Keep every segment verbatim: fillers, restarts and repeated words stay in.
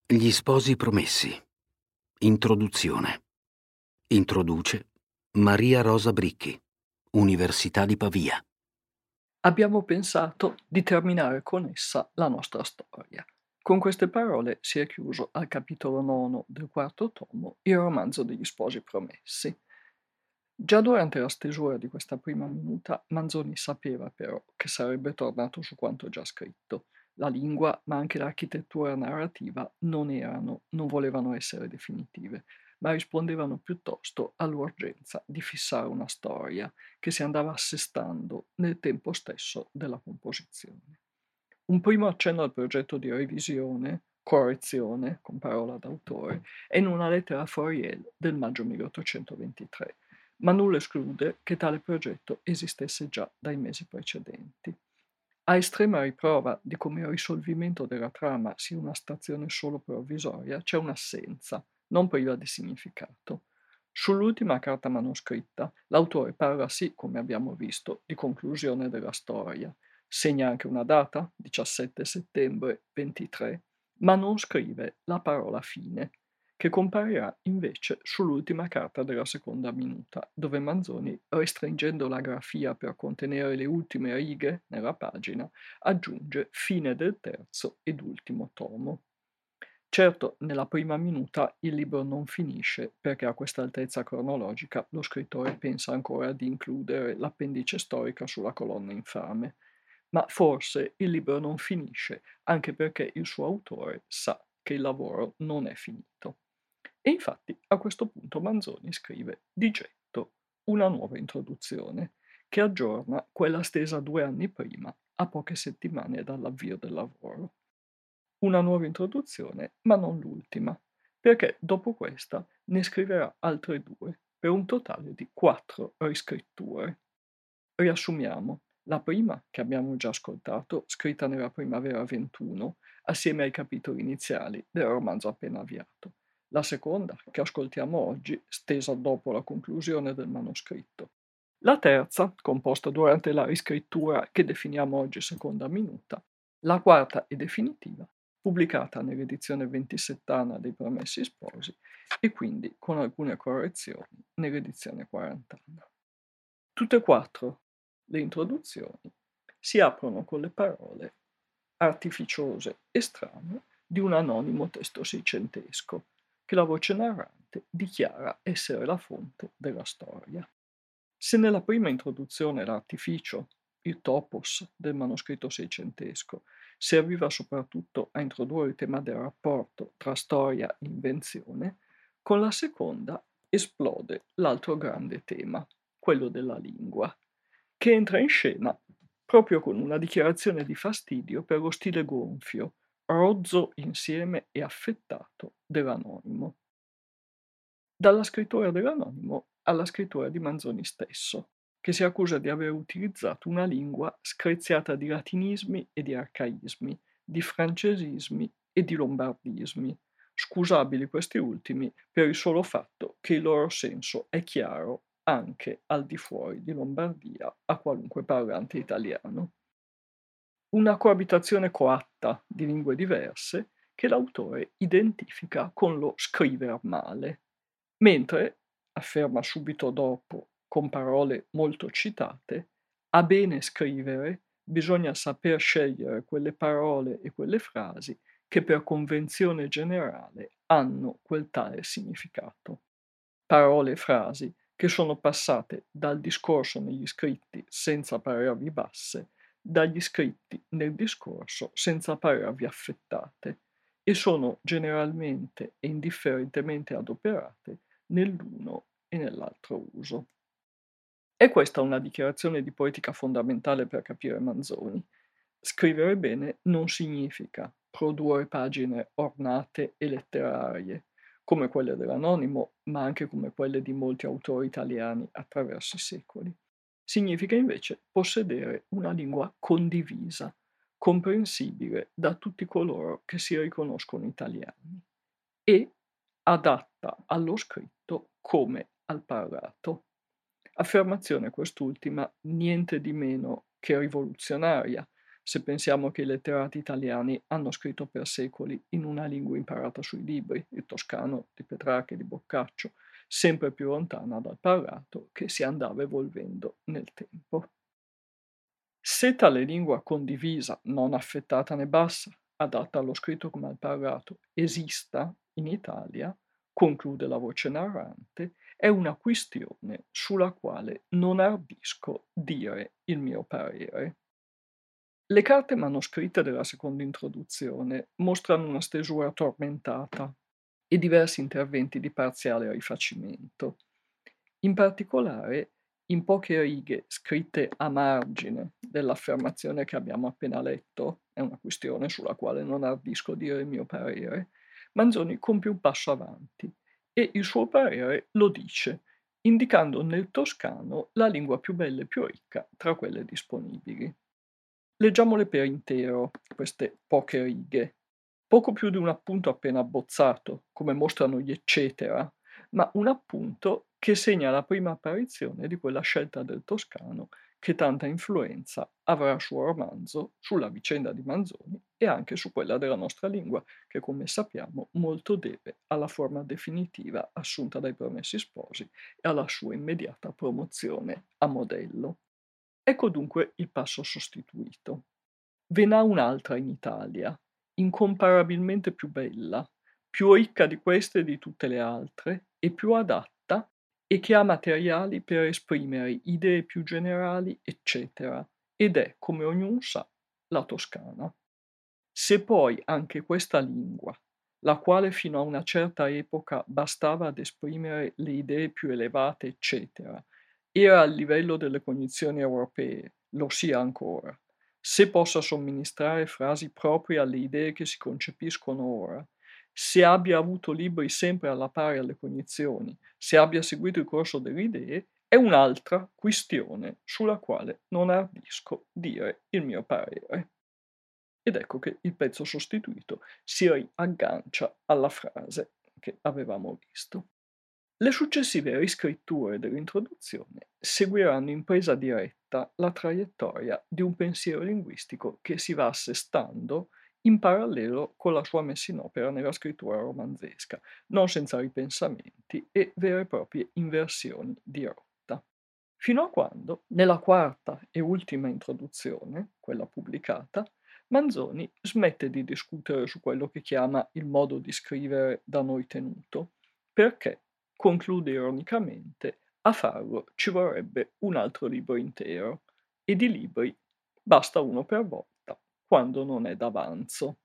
Gli sposi promessi. Introduzione. Introduce Maria Rosa Bricchi, Università di Pavia. Abbiamo pensato di terminare con essa la nostra storia. Con queste parole si è chiuso al capitolo nono del quarto tomo il romanzo degli sposi promessi. Già durante la stesura di questa prima minuta Manzoni sapeva però che sarebbe tornato su quanto già scritto. La lingua, ma anche l'architettura narrativa non erano, non volevano essere definitive, ma rispondevano piuttosto all'urgenza di fissare una storia che si andava assestando nel tempo stesso della composizione. Un primo accenno al progetto di revisione, correzione, con parola d'autore, è in una lettera a Fauriel del maggio milleottocentoventitré, ma nulla esclude che tale progetto esistesse già dai mesi precedenti. A estrema riprova di come il risolvimento della trama sia una stazione solo provvisoria, c'è un'assenza, non priva di significato. Sull'ultima carta manoscritta, l'autore parla sì, come abbiamo visto, di conclusione della storia. Segna anche una data, diciassette settembre ventitré, ma non scrive la parola fine, che comparirà invece sull'ultima carta della seconda minuta, dove Manzoni, restringendo la grafia per contenere le ultime righe nella pagina, aggiunge fine del terzo ed ultimo tomo. Certo, nella prima minuta il libro non finisce perché a questa altezza cronologica lo scrittore pensa ancora di includere l'appendice storica sulla colonna infame, ma forse il libro non finisce anche perché il suo autore sa che il lavoro non è finito. E infatti a questo punto Manzoni scrive di getto una nuova introduzione che aggiorna quella stesa due anni prima, a poche settimane dall'avvio del lavoro. Una nuova introduzione, ma non l'ultima, perché dopo questa ne scriverà altre due, per un totale di quattro riscritture. Riassumiamo. La prima, che abbiamo già ascoltato, scritta nella primavera ventuno, assieme ai capitoli iniziali del romanzo appena avviato. La seconda, che ascoltiamo oggi, stesa dopo la conclusione del manoscritto. La terza, composta durante la riscrittura che definiamo oggi seconda minuta. La quarta e definitiva, pubblicata nell'edizione ventisettana dei Promessi Sposi e quindi con alcune correzioni nell'edizione quarantana. Tutte e quattro le introduzioni si aprono con le parole artificiose e strane di un anonimo testo seicentesco che la voce narrante dichiara essere la fonte della storia. Se nella prima introduzione l'artificio, il topos del manoscritto seicentesco, serviva soprattutto a introdurre il tema del rapporto tra storia e invenzione, con la seconda esplode l'altro grande tema, quello della lingua, che entra in scena proprio con una dichiarazione di fastidio per lo stile gonfio, rozzo insieme e affettato dell'anonimo. Dalla scrittura dell'anonimo alla scrittura di Manzoni stesso, che si accusa di aver utilizzato una lingua screziata di latinismi e di arcaismi, di francesismi e di lombardismi, scusabili questi ultimi per il solo fatto che il loro senso è chiaro anche al di fuori di Lombardia a qualunque parlante italiano. Una coabitazione coatta di lingue diverse che l'autore identifica con lo scriver male, mentre, afferma subito dopo, con parole molto citate, a bene scrivere bisogna saper scegliere quelle parole e quelle frasi che per convenzione generale hanno quel tale significato. Parole e frasi che sono passate dal discorso negli scritti senza parervi basse, dagli scritti nel discorso senza parervi affettate, e sono generalmente e indifferentemente adoperate nell'uno e nell'altro uso. È questa una dichiarazione di poetica fondamentale per capire Manzoni. Scrivere bene non significa produrre pagine ornate e letterarie, come quelle dell'Anonimo, ma anche come quelle di molti autori italiani attraverso i secoli. Significa invece possedere una lingua condivisa, comprensibile da tutti coloro che si riconoscono italiani e adatta allo scritto come al parlato. Affermazione quest'ultima niente di meno che rivoluzionaria, se pensiamo che i letterati italiani hanno scritto per secoli in una lingua imparata sui libri, il toscano di Petrarca e di Boccaccio, sempre più lontana dal parlato che si andava evolvendo nel tempo. Se tale lingua condivisa, non affettata né bassa, adatta allo scritto come al parlato, esista in Italia, conclude la voce narrante, è una questione sulla quale non ardisco dire il mio parere. Le carte manoscritte della seconda introduzione mostrano una stesura tormentata e diversi interventi di parziale rifacimento. In particolare, in poche righe scritte a margine dell'affermazione che abbiamo appena letto, è una questione sulla quale non ardisco dire il mio parere, Manzoni compie un passo avanti e il suo parere lo dice, indicando nel toscano la lingua più bella e più ricca tra quelle disponibili. Leggiamole per intero, queste poche righe. Poco più di un appunto appena abbozzato, come mostrano gli eccetera, ma un appunto che segna la prima apparizione di quella scelta del toscano che tanta influenza avrà sul romanzo, sulla vicenda di Manzoni e anche su quella della nostra lingua, che come sappiamo molto deve alla forma definitiva assunta dai Promessi Sposi e alla sua immediata promozione a modello. Ecco dunque il passo sostituito. Ve n'ha un'altra in Italia, incomparabilmente più bella, più ricca di queste e di tutte le altre, e più adatta, e che ha materiali per esprimere idee più generali, eccetera, ed è, come ognuno sa, la toscana. Se poi anche questa lingua, la quale fino a una certa epoca bastava ad esprimere le idee più elevate, eccetera, era al livello delle cognizioni europee, lo sia ancora, se possa somministrare frasi proprie alle idee che si concepiscono ora, se abbia avuto libri sempre alla pari alle cognizioni, se abbia seguito il corso delle idee, è un'altra questione sulla quale non ardisco dire il mio parere. Ed ecco che il pezzo sostituito si riaggancia alla frase che avevamo visto. Le successive riscritture dell'introduzione seguiranno in presa diretta la traiettoria di un pensiero linguistico che si va assestando in parallelo con la sua messa in opera nella scrittura romanzesca, non senza ripensamenti e vere e proprie inversioni di rotta. Fino a quando, nella quarta e ultima introduzione, quella pubblicata, Manzoni smette di discutere su quello che chiama il modo di scrivere da noi tenuto, perché, conclude ironicamente, a farlo ci vorrebbe un altro libro intero, e di libri basta uno per volta, quando non è d'avanzo.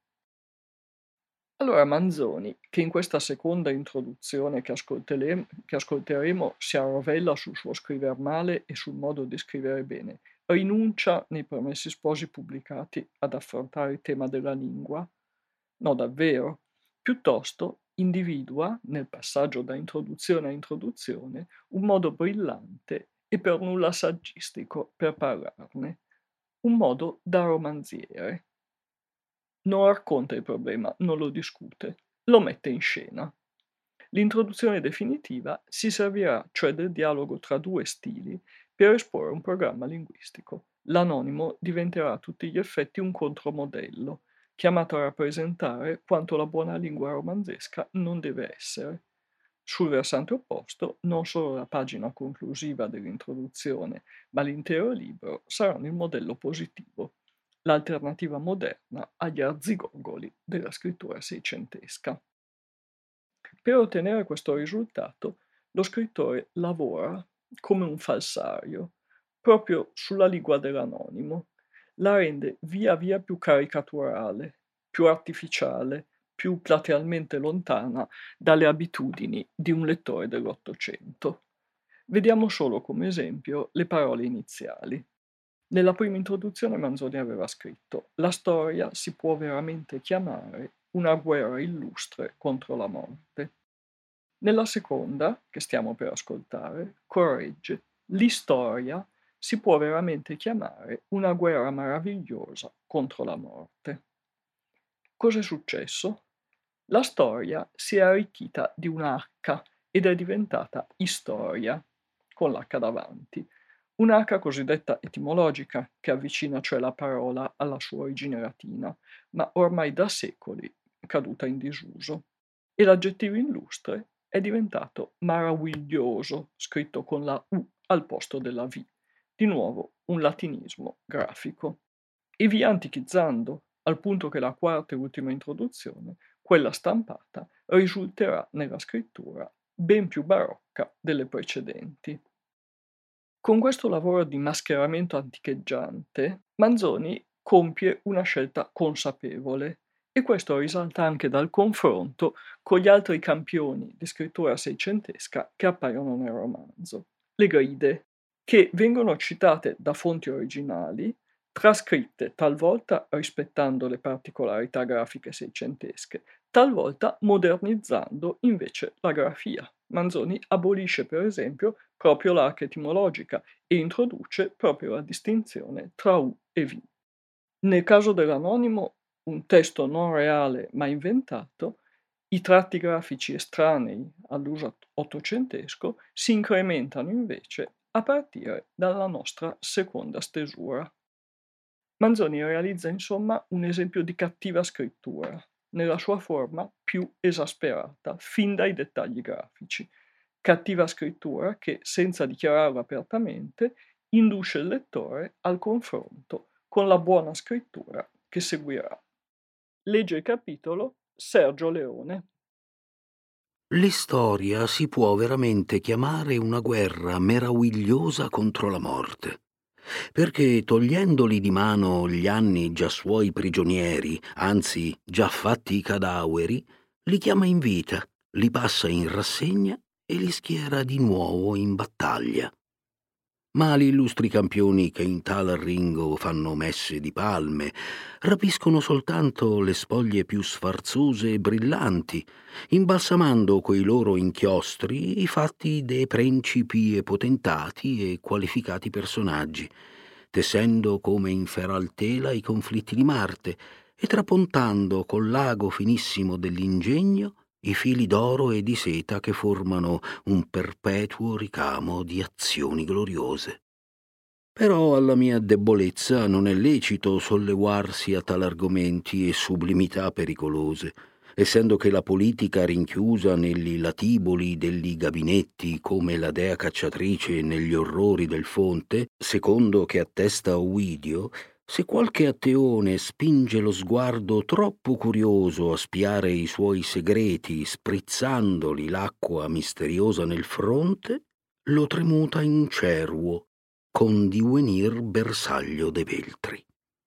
Allora Manzoni, che in questa seconda introduzione che, che ascolteremo si arrovella sul suo scriver male e sul modo di scrivere bene, rinuncia nei Promessi Sposi pubblicati ad affrontare il tema della lingua? No, davvero. Piuttosto individua, nel passaggio da introduzione a introduzione, un modo brillante e per nulla saggistico per parlarne, un modo da romanziere. Non racconta il problema, non lo discute, lo mette in scena. L'introduzione definitiva si servirà cioè del dialogo tra due stili per esporre un programma linguistico. L'anonimo diventerà a tutti gli effetti un contromodello, chiamato a rappresentare quanto la buona lingua romanzesca non deve essere. Sul versante opposto, non solo la pagina conclusiva dell'introduzione, ma l'intero libro saranno il modello positivo, l'alternativa moderna agli arzigogoli della scrittura seicentesca. Per ottenere questo risultato, lo scrittore lavora come un falsario, proprio sulla lingua dell'anonimo, la rende via via più caricaturale, più artificiale, più platealmente lontana dalle abitudini di un lettore dell'Ottocento. Vediamo solo come esempio le parole iniziali. Nella prima introduzione Manzoni aveva scritto: «La storia si può veramente chiamare una guerra illustre contro la morte». Nella seconda, che stiamo per ascoltare, corregge: «L'istoria si può veramente chiamare una guerra meravigliosa contro la morte». Cos'è successo? La storia si è arricchita di una H ed è diventata istoria, con l'H davanti. un'arca cosiddetta etimologica, che avvicina cioè la parola alla sua origine latina, ma ormai da secoli caduta in disuso. E l'aggettivo illustre è diventato maraviglioso, scritto con la U al posto della V, di nuovo un latinismo grafico. E via antichizzando, al punto che la quarta e ultima introduzione, quella stampata, risulterà nella scrittura ben più barocca delle precedenti. Con questo lavoro di mascheramento anticheggiante, Manzoni compie una scelta consapevole, e questo risalta anche dal confronto con gli altri campioni di scrittura seicentesca che appaiono nel romanzo. Le gride, che vengono citate da fonti originali, trascritte talvolta rispettando le particolarità grafiche seicentesche, talvolta modernizzando invece la grafia. Manzoni abolisce per esempio proprio l'arca etimologica e introduce proprio la distinzione tra U e V. Nel caso dell'anonimo, un testo non reale ma inventato, i tratti grafici estranei all'uso ottocentesco si incrementano invece a partire dalla nostra seconda stesura. Manzoni realizza insomma un esempio di cattiva scrittura, nella sua forma più esasperata, fin dai dettagli grafici. Cattiva scrittura che, senza dichiararlo apertamente, induce il lettore al confronto con la buona scrittura che seguirà. Legge il capitolo Sergio Leone. L'istoria si può veramente chiamare una guerra meravigliosa contro la morte, perché togliendoli di mano gli anni già suoi prigionieri, anzi già fatti i cadaveri, li chiama in vita, li passa in rassegna e li schiera di nuovo in battaglia. Ma gli illustri campioni che in tal arringo fanno messe di palme rapiscono soltanto le spoglie più sfarzose e brillanti, imbalsamando coi loro inchiostri i fatti dei principi e potentati e qualificati personaggi, tessendo come in feral tela i conflitti di Marte e trapontando col lago finissimo dell'ingegno i fili d'oro e di seta che formano un perpetuo ricamo di azioni gloriose. Però alla mia debolezza non è lecito sollevarsi a tal argomenti e sublimità pericolose, essendo che la politica rinchiusa negli latiboli degli gabinetti come la dea cacciatrice negli orrori del fonte, secondo che attesta Ovidio, se qualche atteone spinge lo sguardo troppo curioso a spiare i suoi segreti, sprizzandoli l'acqua misteriosa nel fronte, lo tremuta in cervo, con divenir bersaglio de veltri.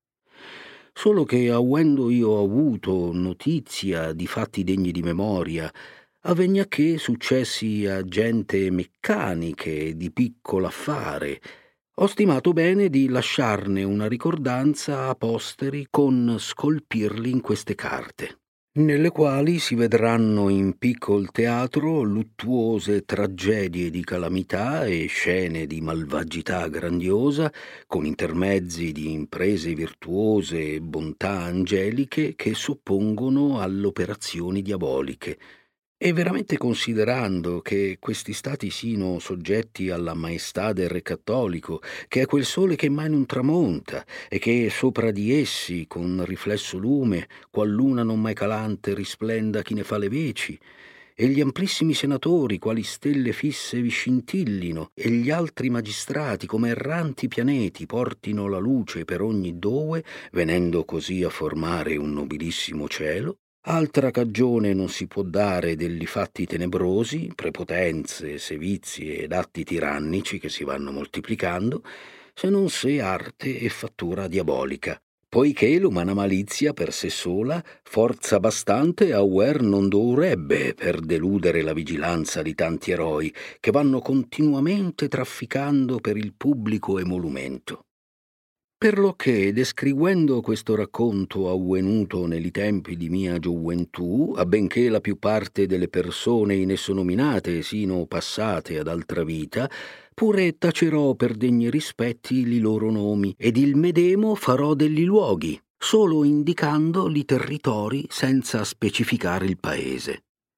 Solo che, avendo io avuto notizia di fatti degni di memoria, avvegna che successi a gente meccaniche di piccolo affare, ho stimato bene di lasciarne una ricordanza a posteri con scolpirli in queste carte, nelle quali si vedranno in piccol teatro luttuose tragedie di calamità e scene di malvagità grandiosa, con intermezzi di imprese virtuose e bontà angeliche che s'oppongono alle operazioni diaboliche. E veramente considerando che questi stati siano soggetti alla maestà del Re Cattolico, che è quel sole che mai non tramonta, e che sopra di essi, con riflesso lume, qual luna non mai calante, risplenda chi ne fa le veci, e gli amplissimi senatori, quali stelle fisse vi scintillino, e gli altri magistrati, come erranti pianeti, portino la luce per ogni dove, venendo così a formare un nobilissimo cielo, altra cagione non si può dare degli fatti tenebrosi, prepotenze, sevizi ed atti tirannici che si vanno moltiplicando, se non se arte e fattura diabolica, poiché l'umana malizia per sé sola forza bastante a uer non dovrebbe per deludere la vigilanza di tanti eroi che vanno continuamente trafficando per il pubblico emolumento. Per lo che, descrivendo questo racconto avvenuto negli tempi di mia gioventù, abbenché la più parte delle persone in esso nominate sino passate ad altra vita, pure tacerò per degni rispetti li loro nomi, ed il medemo farò degli luoghi, solo indicando li territori senza specificare il paese.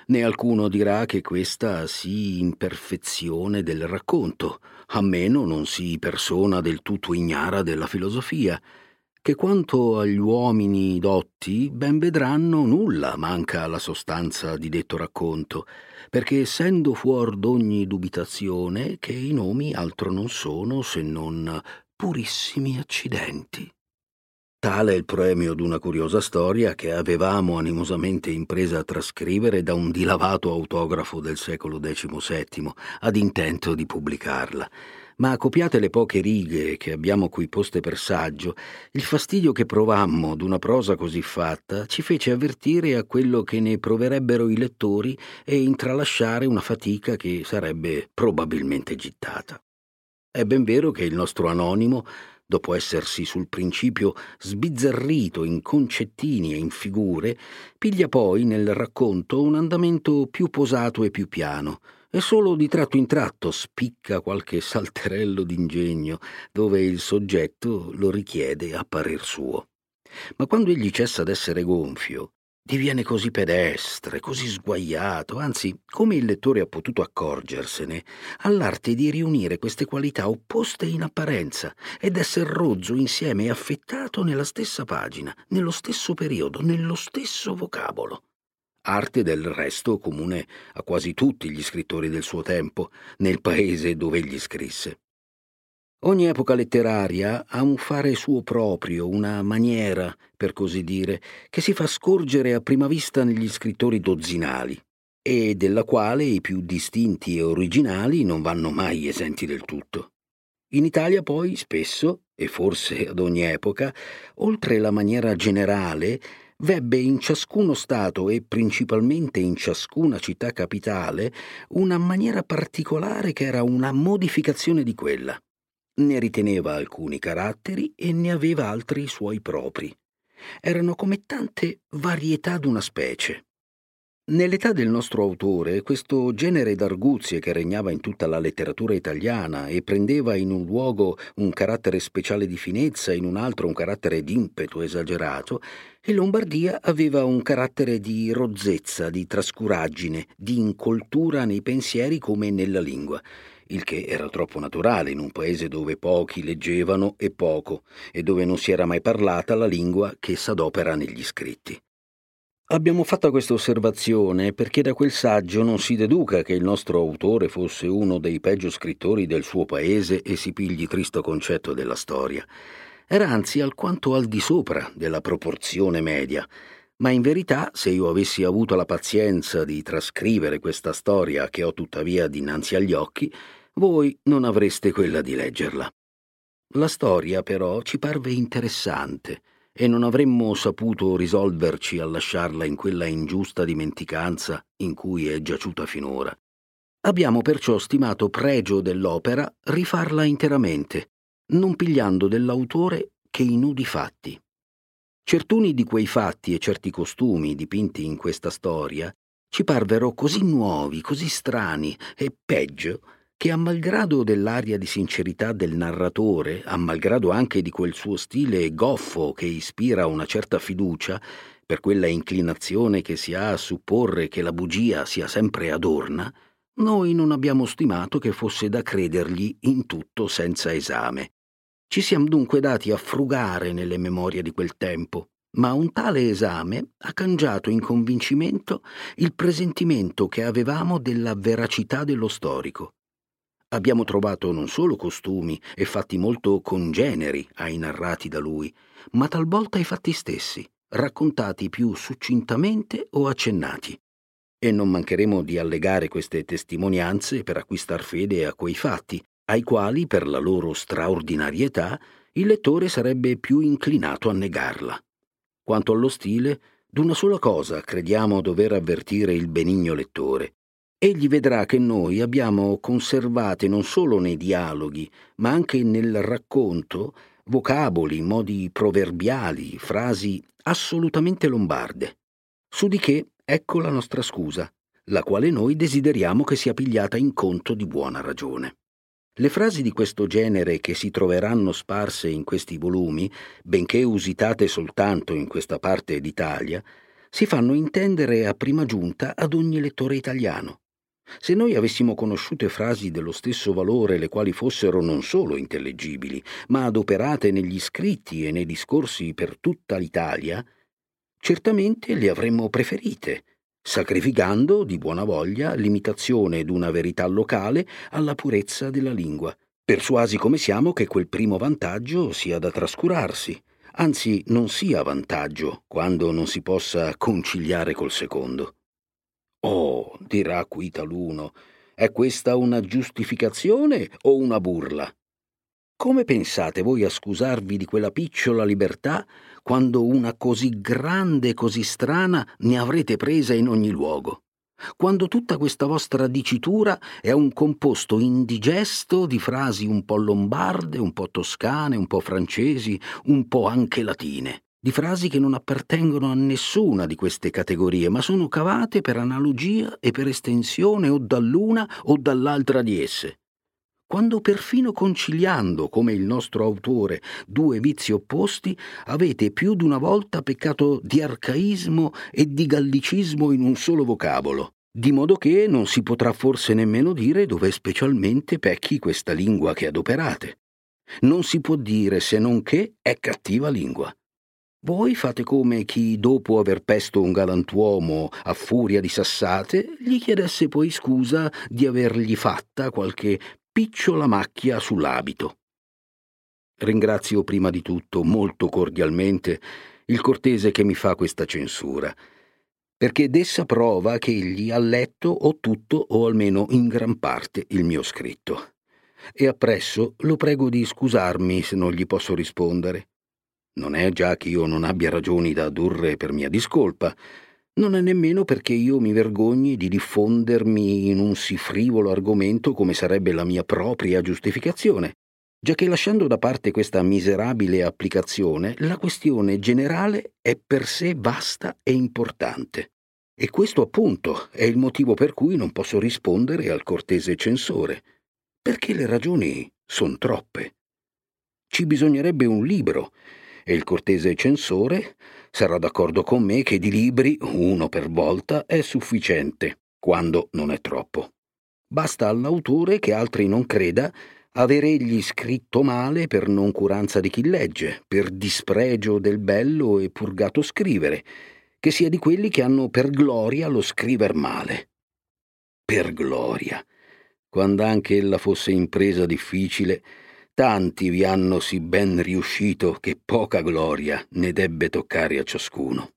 né alcuno dirà che questa sia imperfezione del racconto, a meno non si persona del tutto ignara della filosofia, che quanto agli uomini dotti ben vedranno nulla manca alla sostanza di detto racconto, perché essendo fuor d'ogni dubitazione che i nomi altro non sono se non purissimi accidenti. Tale è il premio d'una curiosa storia che avevamo animosamente impresa a trascrivere da un dilavato autografo del secolo diciassette, ad intento di pubblicarla. Ma copiate le poche righe che abbiamo qui poste per saggio, il fastidio che provammo d'una prosa così fatta ci fece avvertire a quello che ne proverebbero i lettori e intralasciare una fatica che sarebbe probabilmente gittata. È ben vero che il nostro anonimo, dopo essersi sul principio sbizzarrito in concettini e in figure, piglia poi nel racconto un andamento più posato e più piano, e solo di tratto in tratto spicca qualche salterello d'ingegno, dove il soggetto lo richiede a parer suo. Ma quando egli cessa d'essere gonfio, diviene così pedestre, così sguaiato, anzi, come il lettore ha potuto accorgersene, ha l'arte di riunire queste qualità opposte in apparenza ed esser rozzo insieme e affettato nella stessa pagina, nello stesso periodo, nello stesso vocabolo. Arte del resto comune a quasi tutti gli scrittori del suo tempo, nel paese dove egli scrisse. Ogni epoca letteraria ha un fare suo proprio, una maniera, per così dire, che si fa scorgere a prima vista negli scrittori dozzinali, e della quale i più distinti e originali non vanno mai esenti del tutto. In Italia poi spesso, e forse ad ogni epoca, oltre la maniera generale, vebbe in ciascuno Stato e principalmente in ciascuna città capitale una maniera particolare che era una modificazione di quella. Ne riteneva alcuni caratteri e ne aveva altri suoi propri. Erano come tante varietà d'una specie. Nell'età del nostro autore, questo genere d'arguzie che regnava in tutta la letteratura italiana e prendeva in un luogo un carattere speciale di finezza, in un altro un carattere d'impeto esagerato, in Lombardia aveva un carattere di rozzezza, di trascuraggine, di incoltura nei pensieri come nella lingua, il che era troppo naturale in un paese dove pochi leggevano e poco, e dove non si era mai parlata la lingua che s'adopera negli scritti. Abbiamo fatto questa osservazione perché da quel saggio non si deduca che il nostro autore fosse uno dei peggio scrittori del suo paese e si pigli tristo concetto della storia. Era anzi alquanto al di sopra della proporzione media, ma in verità se io avessi avuto la pazienza di trascrivere questa storia che ho tuttavia dinanzi agli occhi, voi non avreste quella di leggerla. La storia però ci parve interessante e non avremmo saputo risolverci a lasciarla in quella ingiusta dimenticanza in cui è giaciuta finora. Abbiamo perciò stimato pregio dell'opera rifarla interamente, non pigliando dell'autore che i nudi fatti. Certuni di quei fatti e certi costumi dipinti in questa storia ci parvero così nuovi, così strani e peggio, che a malgrado dell'aria di sincerità del narratore, a malgrado anche di quel suo stile goffo che ispira una certa fiducia, per quella inclinazione che si ha a supporre che la bugia sia sempre adorna, noi non abbiamo stimato che fosse da credergli in tutto senza esame. Ci siamo dunque dati a frugare nelle memorie di quel tempo, ma un tale esame ha cangiato in convincimento il presentimento che avevamo della veracità dello storico. Abbiamo trovato non solo costumi e fatti molto congeneri ai narrati da lui, ma talvolta i fatti stessi, raccontati più succintamente o accennati. E non mancheremo di allegare queste testimonianze per acquistar fede a quei fatti, ai quali, per la loro straordinarietà, il lettore sarebbe più inclinato a negarla. Quanto allo stile, d'una sola cosa crediamo dover avvertire il benigno lettore. Egli vedrà che noi abbiamo conservate non solo nei dialoghi, ma anche nel racconto, vocaboli, modi proverbiali, frasi assolutamente lombarde. Su di che ecco la nostra scusa, la quale noi desideriamo che sia pigliata in conto di buona ragione. Le frasi di questo genere che si troveranno sparse in questi volumi, benché usitate soltanto in questa parte d'Italia, si fanno intendere a prima giunta ad ogni lettore italiano. Se noi avessimo conosciute frasi dello stesso valore, le quali fossero non solo intellegibili, ma adoperate negli scritti e nei discorsi per tutta l'Italia, certamente le avremmo preferite, sacrificando di buona voglia l'imitazione d'una verità locale alla purezza della lingua, persuasi come siamo che quel primo vantaggio sia da trascurarsi, anzi non sia vantaggio quando non si possa conciliare col secondo. «Oh», dirà qui taluno, «è questa una giustificazione o una burla? Come pensate voi a scusarvi di quella picciola libertà quando una così grande e così strana ne avrete presa in ogni luogo? Quando tutta questa vostra dicitura è un composto indigesto di frasi un po' lombarde, un po' toscane, un po' francesi, un po' anche latine, di frasi che non appartengono a nessuna di queste categorie, ma sono cavate per analogia e per estensione o dall'una o dall'altra di esse. Quando perfino conciliando, come il nostro autore, due vizi opposti, avete più d'una volta peccato di arcaismo e di gallicismo in un solo vocabolo, di modo che non si potrà forse nemmeno dire dove specialmente pecchi questa lingua che adoperate. Non si può dire se non che è cattiva lingua. Voi fate come chi, dopo aver pesto un galantuomo a furia di sassate, gli chiedesse poi scusa di avergli fatta qualche picciola macchia sull'abito. Ringrazio prima di tutto molto cordialmente il cortese che mi fa questa censura, perché d'essa prova che egli ha letto o tutto o almeno in gran parte il mio scritto. E appresso lo prego di scusarmi se non gli posso rispondere. Non è già che io non abbia ragioni da addurre per mia discolpa, non è nemmeno perché io mi vergogni di diffondermi in un sì frivolo argomento come sarebbe la mia propria giustificazione, giacché lasciando da parte questa miserabile applicazione, la questione generale è per sé vasta e importante. E questo appunto è il motivo per cui non posso rispondere al cortese censore, perché le ragioni son troppe. Ci bisognerebbe un libro, e il cortese censore sarà d'accordo con me che di libri, uno per volta, è sufficiente, quando non è troppo. Basta all'autore che altri non creda aver egli scritto male per noncuranza di chi legge, per dispregio del bello e purgato scrivere, che sia di quelli che hanno per gloria lo scriver male. Per gloria, quando anche ella fosse impresa difficile, tanti vi hanno sì ben riuscito che poca gloria ne debbe toccare a ciascuno.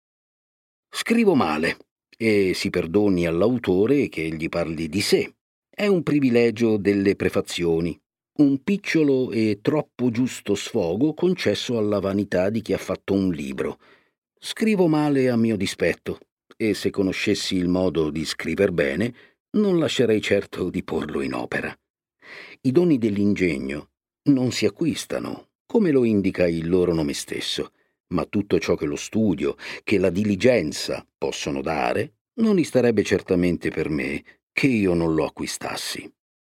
Scrivo male, e si perdoni all'autore che egli parli di sé. È un privilegio delle prefazioni, un picciolo e troppo giusto sfogo concesso alla vanità di chi ha fatto un libro. Scrivo male a mio dispetto, e se conoscessi il modo di scriver bene, non lascerei certo di porlo in opera. I doni dell'ingegno non si acquistano, come lo indica il loro nome stesso, ma tutto ciò che lo studio, che la diligenza possono dare, non istarebbe certamente per me che io non lo acquistassi.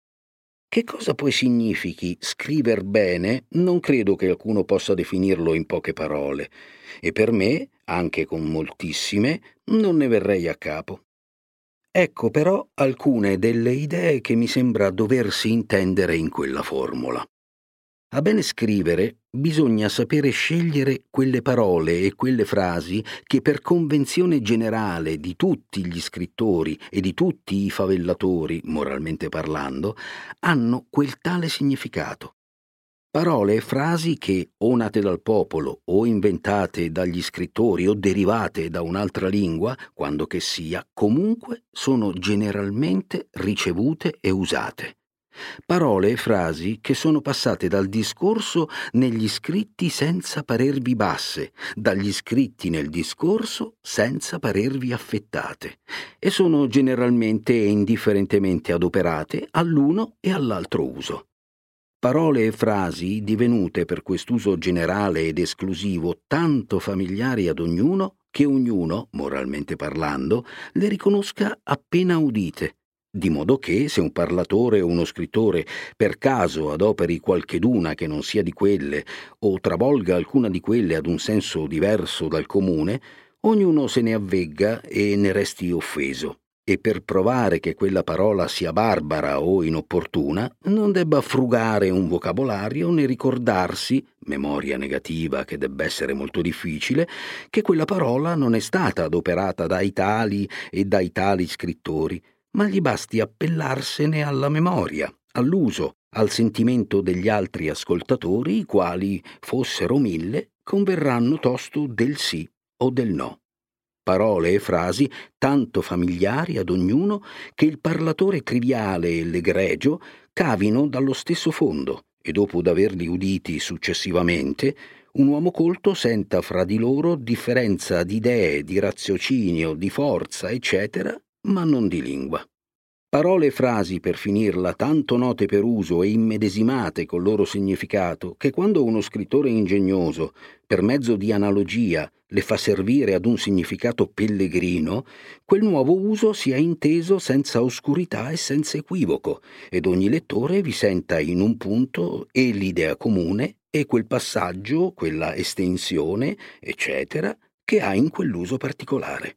Che cosa poi significhi scriver bene, non credo che alcuno possa definirlo in poche parole, e per me, anche con moltissime, non ne verrei a capo. Ecco però alcune delle idee che mi sembra doversi intendere in quella formula. A bene scrivere bisogna sapere scegliere quelle parole e quelle frasi che per convenzione generale di tutti gli scrittori e di tutti i favellatori, moralmente parlando, hanno quel tale significato. Parole e frasi che, o nate dal popolo, o inventate dagli scrittori, o derivate da un'altra lingua, quando che sia, comunque sono generalmente ricevute e usate. Parole e frasi che sono passate dal discorso negli scritti senza parervi basse, dagli scritti nel discorso senza parervi affettate, e sono generalmente e indifferentemente adoperate all'uno e all'altro uso. Parole e frasi divenute per quest'uso generale ed esclusivo tanto familiari ad ognuno che ognuno, moralmente parlando, le riconosca appena udite, di modo che se un parlatore o uno scrittore per caso adoperi qualcheduna che non sia di quelle o travolga alcuna di quelle ad un senso diverso dal comune, ognuno se ne avvegga e ne resti offeso, e per provare che quella parola sia barbara o inopportuna non debba frugare un vocabolario né ricordarsi, memoria negativa che debba essere molto difficile, che quella parola non è stata adoperata dai tali e dai tali scrittori, ma gli basti appellarsene alla memoria, all'uso, al sentimento degli altri ascoltatori, i quali, fossero mille, converranno tosto del sì o del no. Parole e frasi tanto familiari ad ognuno che il parlatore triviale e l'egregio cavino dallo stesso fondo e dopo d'averli uditi successivamente un uomo colto senta fra di loro differenza di idee, di raziocinio, di forza, eccetera, ma non di lingua. Parole e frasi, per finirla, tanto note per uso e immedesimate col loro significato, che quando uno scrittore ingegnoso, per mezzo di analogia, le fa servire ad un significato pellegrino, quel nuovo uso sia inteso senza oscurità e senza equivoco, ed ogni lettore vi senta in un punto e l'idea comune e quel passaggio, quella estensione, eccetera, che ha in quell'uso particolare.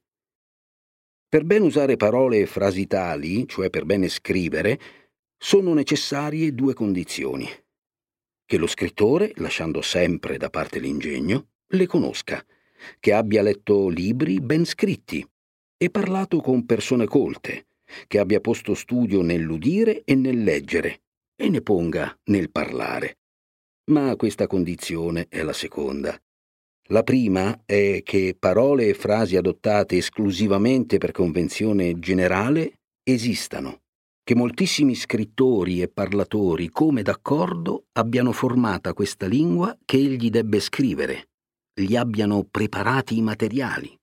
Per ben usare parole e frasi tali, cioè per bene scrivere, sono necessarie due condizioni: che lo scrittore, lasciando sempre da parte l'ingegno, le conosca, che abbia letto libri ben scritti e parlato con persone colte, che abbia posto studio nell'udire e nel leggere e ne ponga nel parlare. Ma questa condizione è la seconda. La prima è che parole e frasi adottate esclusivamente per convenzione generale esistano, che moltissimi scrittori e parlatori, come d'accordo, abbiano formata questa lingua che egli debbe scrivere, gli abbiano preparati i materiali.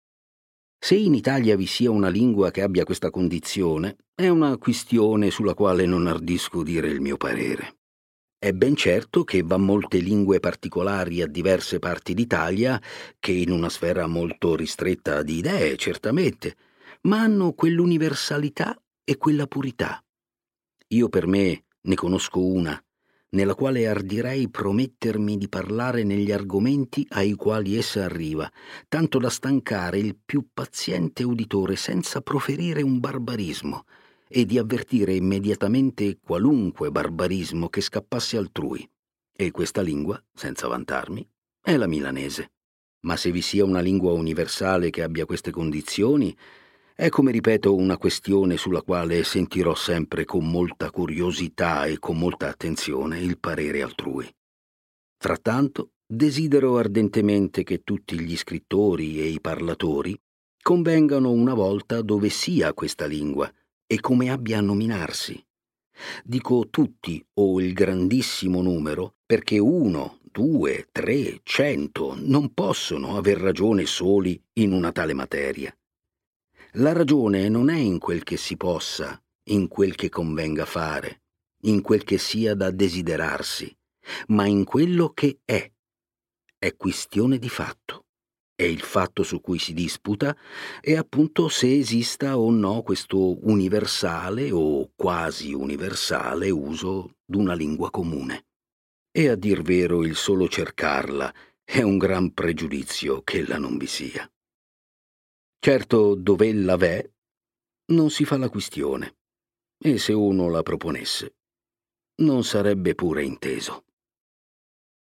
Se in Italia vi sia una lingua che abbia questa condizione, è una questione sulla quale non ardisco dire il mio parere. È ben certo che van molte lingue particolari a diverse parti d'Italia, che in una sfera molto ristretta di idee, certamente, ma hanno quell'universalità e quella purità. Io per me ne conosco una, nella quale ardirei promettermi di parlare negli argomenti ai quali essa arriva, tanto da stancare il più paziente uditore senza proferire un barbarismo, e di avvertire immediatamente qualunque barbarismo che scappasse altrui. E questa lingua, senza vantarmi, è la milanese. Ma se vi sia una lingua universale che abbia queste condizioni, è, come ripeto, una questione sulla quale sentirò sempre con molta curiosità e con molta attenzione il parere altrui. Frattanto, desidero ardentemente che tutti gli scrittori e i parlatori convengano una volta dove sia questa lingua e come abbia a nominarsi. Dico tutti o il grandissimo numero perché uno, due, tre, cento non possono aver ragione soli in una tale materia. La ragione non è in quel che si possa, in quel che convenga fare, in quel che sia da desiderarsi, ma in quello che è. È questione di fatto. E il fatto su cui si disputa è appunto se esista o no questo universale o quasi universale uso d'una lingua comune. E a dir vero il solo cercarla è un gran pregiudizio che ella non vi sia. Certo, dov'ella v'è, non si fa la questione, e se uno la proponesse, non sarebbe pure inteso.